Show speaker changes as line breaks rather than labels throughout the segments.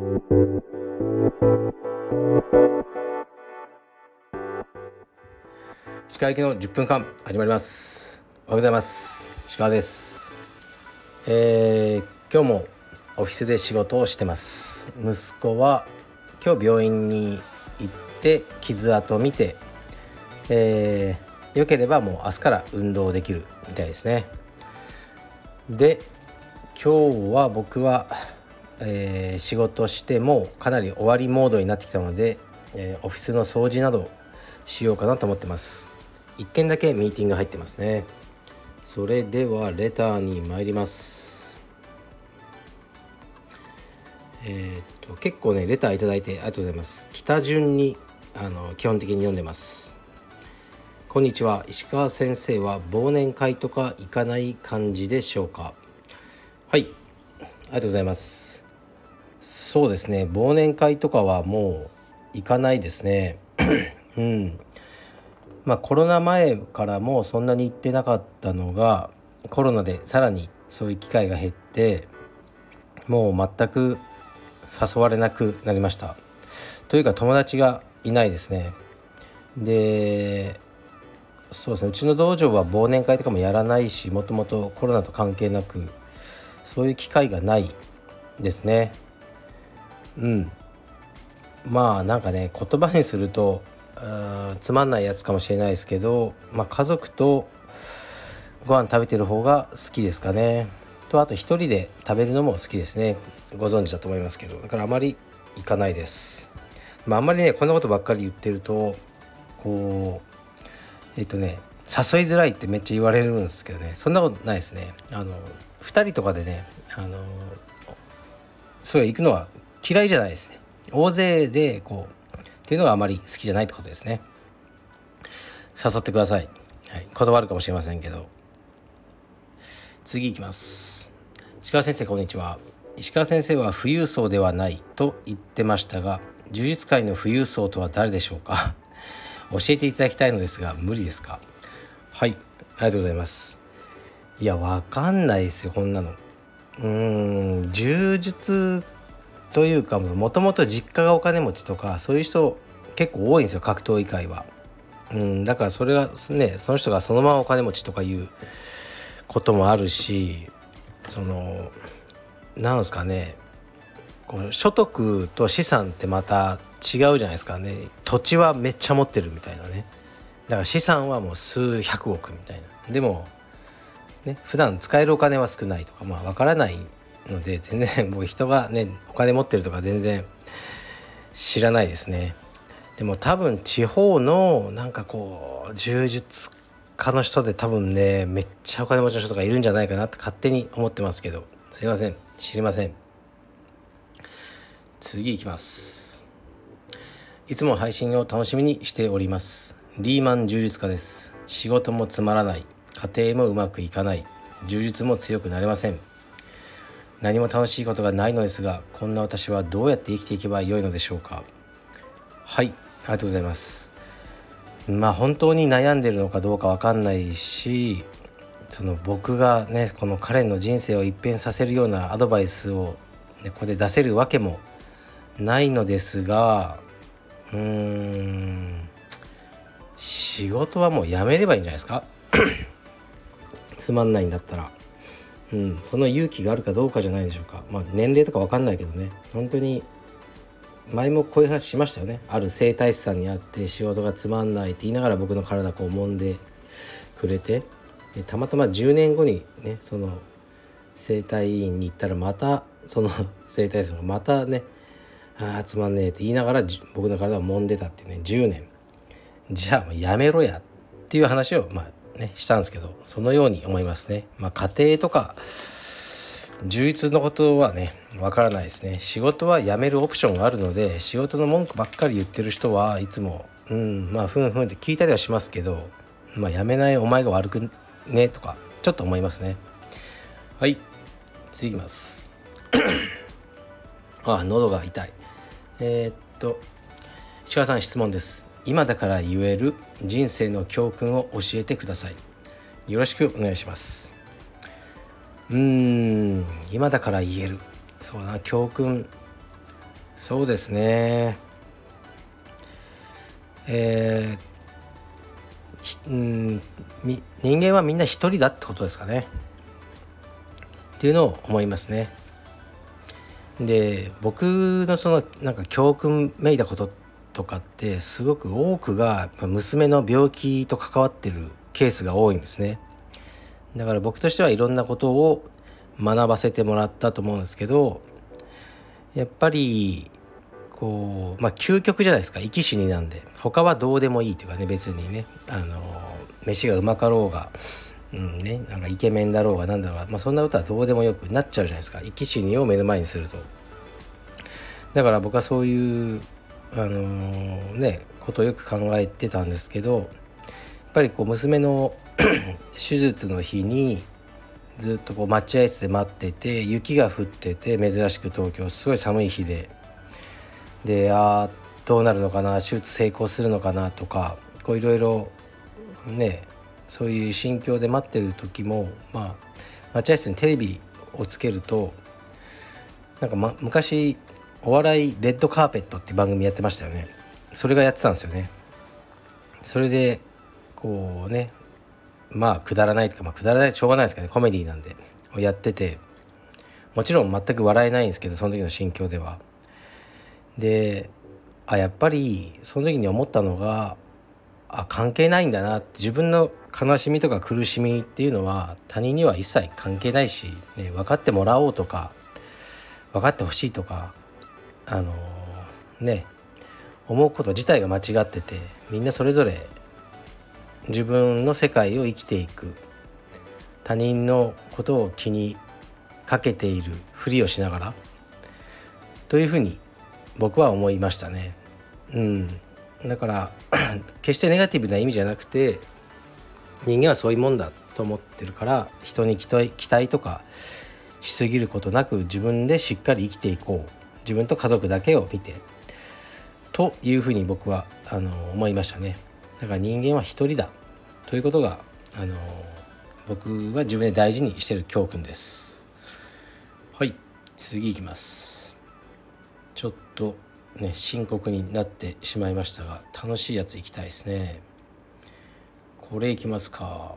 石川行きの10分間始まります。おはようございます。石川です。今日もオフィスで仕事をしてます。息子は今日病院に行って傷跡を見て、よければもう明日から運動できるみたいですね。で、今日は僕は、仕事してもうかなり終わりモードになってきたので、オフィスの掃除などしようかなと思ってます。1件だけミーティング入ってますね。それではレターに参ります。結構ねレターいただいてありがとうございます。北順に基本的に読んでます。こんにちは。石川先生は忘年会とか行かない感じでしょうか？はい、ありがとうございます。そうですね、忘年会とかはもう行かないですね。コロナ前からもそんなに行ってなかったのが、コロナでさらにそういう機会が減って、もう全く誘われなくなりました。というか友達がいないですね。で、そうですね、うちの道場は忘年会とかもやらないし、もともとコロナと関係なくそういう機会がないですね。なんかね、言葉にするとつまんないやつかもしれないですけど、家族とご飯食べてる方が好きですかね。と、あと一人で食べるのも好きですね。ご存知だと思いますけど、だからあまり行かないです。あんまりねこんなことばっかり言ってるとこう誘いづらいってめっちゃ言われるんですけどね、そんなことないですね。2人とかでねそういう行くのは嫌いじゃないですね。大勢でっていうのがあまり好きじゃないってことですね。誘ってください。断るかもしれませんけど。次いきます。石川先生、こんにちは。石川先生は富裕層ではないと言ってましたが、柔術界の富裕層とは誰でしょうか？教えていただきたいのですが、無理ですか？はい、ありがとうございます。いや、わかんないですよ、こんなの。柔術というか、もともと実家がお金持ちとかそういう人結構多いんですよ、格闘技界は。だからそれがね、その人がそのままお金持ちとかいうこともあるし、なんですかね、所得と資産ってまた違うじゃないですかね。土地はめっちゃ持ってるみたいなね。だから資産はもう数百億みたいな。でもね、普段使えるお金は少ないとかわからないので、全然僕人がねお金持ってるとか全然知らないですね。でも多分地方の柔術家の人で多分ねめっちゃお金持ちの人がいるんじゃないかなって勝手に思ってますけど、すいません、知りません。次いきます。いつも配信を楽しみにしております。リーマン柔術家です。仕事もつまらない、家庭もうまくいかない、柔術も強くなれません。何も楽しいことがないのですが、こんな私はどうやって生きていけばよいのでしょうか？はい、ありがとうございます。本当に悩んでるのかどうかわかんないし、僕がねこの彼の人生を一変させるようなアドバイスを、ここで出せるわけもないのですが、仕事はもう辞めればいいんじゃないですか？つまんないんだったら、その勇気があるかどうかじゃないでしょうか。年齢とか分かんないけどね、本当に前もこういう話しましたよね。ある整体師さんに会って仕事がつまんないって言いながら僕の体揉んでくれて、でたまたま10年後にねその整体院に行ったら、またその整体師さんがまたねつまんねえって言いながら僕の体を揉んでたってね、10年。じゃあやめろやっていう話をしたんですけど、そのように思いますね。家庭とか充実のことはねわからないですね。仕事は辞めるオプションがあるので、仕事の文句ばっかり言ってる人はいつもふんふんって聞いたりはしますけど、辞めないお前が悪くねとかちょっと思いますね。はい、次いきます。喉が痛い。石川さん、質問です。今だから言える人生の教訓を教えてください。よろしくお願いします。今だから言える、そうだな、教訓。 そうですね。人間はみんな一人だってことですかねっていうのを思いますね。で、僕のそのなんか教訓めいたこととかってすごく多くが娘の病気と関わってるケースが多いんですね。だから僕としてはいろんなことを学ばせてもらったと思うんですけど、やっぱりこう究極じゃないですか。生き死になんで他はどうでもいいというかね、別にね飯がうまかろうがなんかイケメンだろうがなんだろうが、そんなことはどうでもよくなっちゃうじゃないですか、生き死にを目の前にすると。だから僕はそういうことをよく考えてたんですけど、やっぱりこう娘の手術の日にずっとこう待合室で待ってて、雪が降ってて、珍しく東京すごい寒い日でどうなるのかな、手術成功するのかなとか、こういろいろね、そういう心境で待ってる時も、待合室にテレビをつけるとなんか、昔お笑いレッドカーペットって番組やってましたよね。それがやってたんですよね。それでこうね、くだらないとか、くだらないしょうがないですかね、コメディなんでやってて、もちろん全く笑えないんですけど、その時の心境では。で、やっぱりその時に思ったのが、関係ないんだなって。自分の悲しみとか苦しみっていうのは他人には一切関係ないし、分かってもらおうとか分かってほしいとか思うこと自体が間違ってて、みんなそれぞれ自分の世界を生きていく、他人のことを気にかけているふりをしながらというふうに僕は思いましたね。だから決してネガティブな意味じゃなくて、人間はそういうもんだと思ってるから、人に期待とかしすぎることなく、自分でしっかり生きていこう、自分と家族だけを見てというふうに僕は思いましたね。だから人間は一人だということが僕は自分で大事にしている教訓です。はい、次いきます。ちょっとね、深刻になってしまいましたが、楽しいやついきたいですね。これいきますか。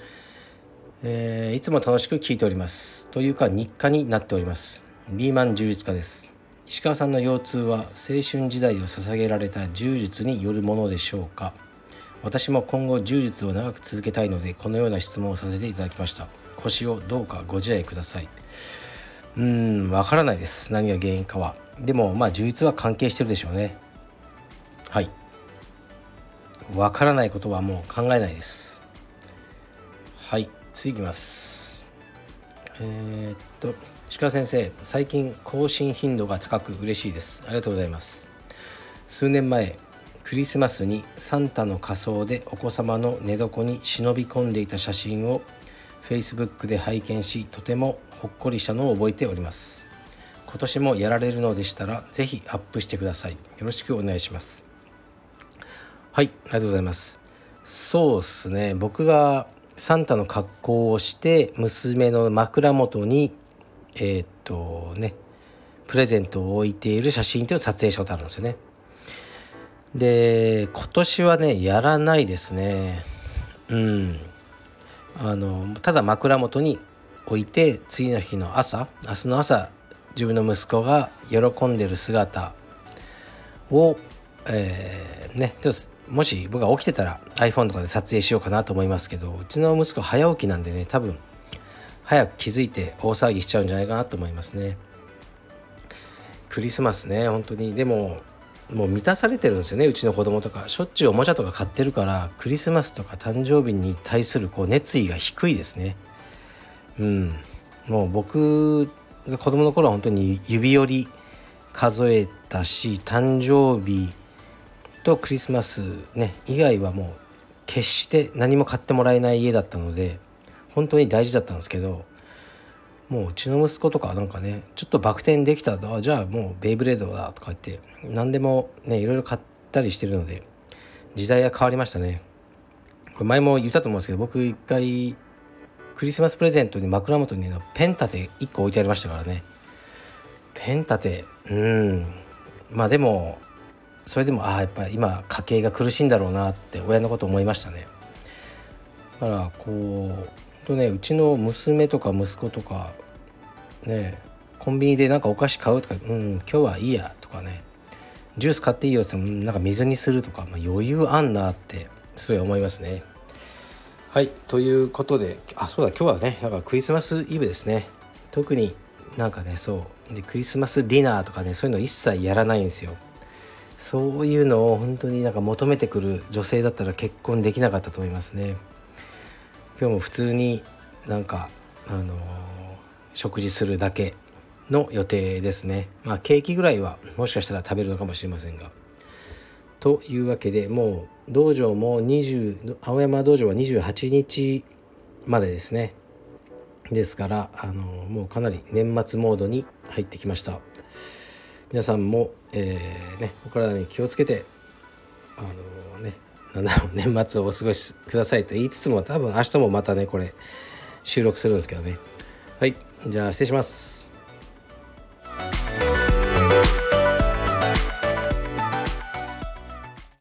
いつも楽しく聞いておりますというか日課になっております。リーマン柔術家です。石川さんの腰痛は青春時代を捧げられた柔術によるものでしょうか。私も今後柔術を長く続けたいので、このような質問をさせていただきました。腰をどうかご自愛ください。わからないです、何が原因かは。でも柔術は関係してるでしょうね。はい、わからないことはもう考えないです。はい、次いきます。鹿先生、最近更新頻度が高く嬉しいです。ありがとうございます。数年前クリスマスにサンタの仮装でお子様の寝床に忍び込んでいた写真を Facebook で拝見し、とてもほっこりしたのを覚えております。今年もやられるのでしたらぜひアップしてください。よろしくお願いします。はい、ありがとうございます。そうですね、僕がサンタの格好をして娘の枕元にプレゼントを置いている写真というのを撮影したことあるんですよね。で、今年はねやらないですね。ただ枕元に置いて、次の日の朝、明日の朝、自分の息子が喜んでる姿を、もし僕が起きてたら iPhone とかで撮影しようかなと思いますけど、うちの息子早起きなんでね、多分早く気づいて大騒ぎしちゃうんじゃないかなと思いますね。クリスマスね、本当にでももう満たされてるんですよね。うちの子供とかしょっちゅうおもちゃとか買ってるから、クリスマスとか誕生日に対する熱意が低いですね。もう僕が子供の頃は本当に指折り数えたし、誕生日とクリスマスね以外はもう決して何も買ってもらえない家だったので、本当に大事だったんですけど、もううちの息子とかなんかね、ちょっとバク転できたら、じゃあもうベイブレードだとか言って何でもねいろいろ買ったりしてるので、時代が変わりましたね。これ前も言ったと思うんですけど、僕一回クリスマスプレゼントに枕元にペン立て1個置いてありましたからね。ペン立てでもそれでもやっぱり今家計が苦しいんだろうなって親のこと思いましたね。だからうちの娘とか息子とかね、コンビニでなんかお菓子買うとか、今日はいいやとかね、ジュース買っていいよって言ってもなんか水にするとか、余裕あんなってすごい思いますね。はい、ということでそうだ、今日はねだからクリスマスイブですね。特になんかねそうでクリスマスディナーとかね、そういうの一切やらないんですよ。そういうのを本当になんか求めてくる女性だったら結婚できなかったと思いますね。今日も普通になんか食事するだけの予定ですね。ケーキぐらいはもしかしたら食べるのかもしれませんが、というわけでもう道場も青山道場は28日までですね。ですからもうかなり年末モードに入ってきました。皆さんも、お体に気をつけて年末をお過ごしくださいと言いつつも、多分明日もまたねこれ収録するんですけどね。はい、じゃあ失礼します。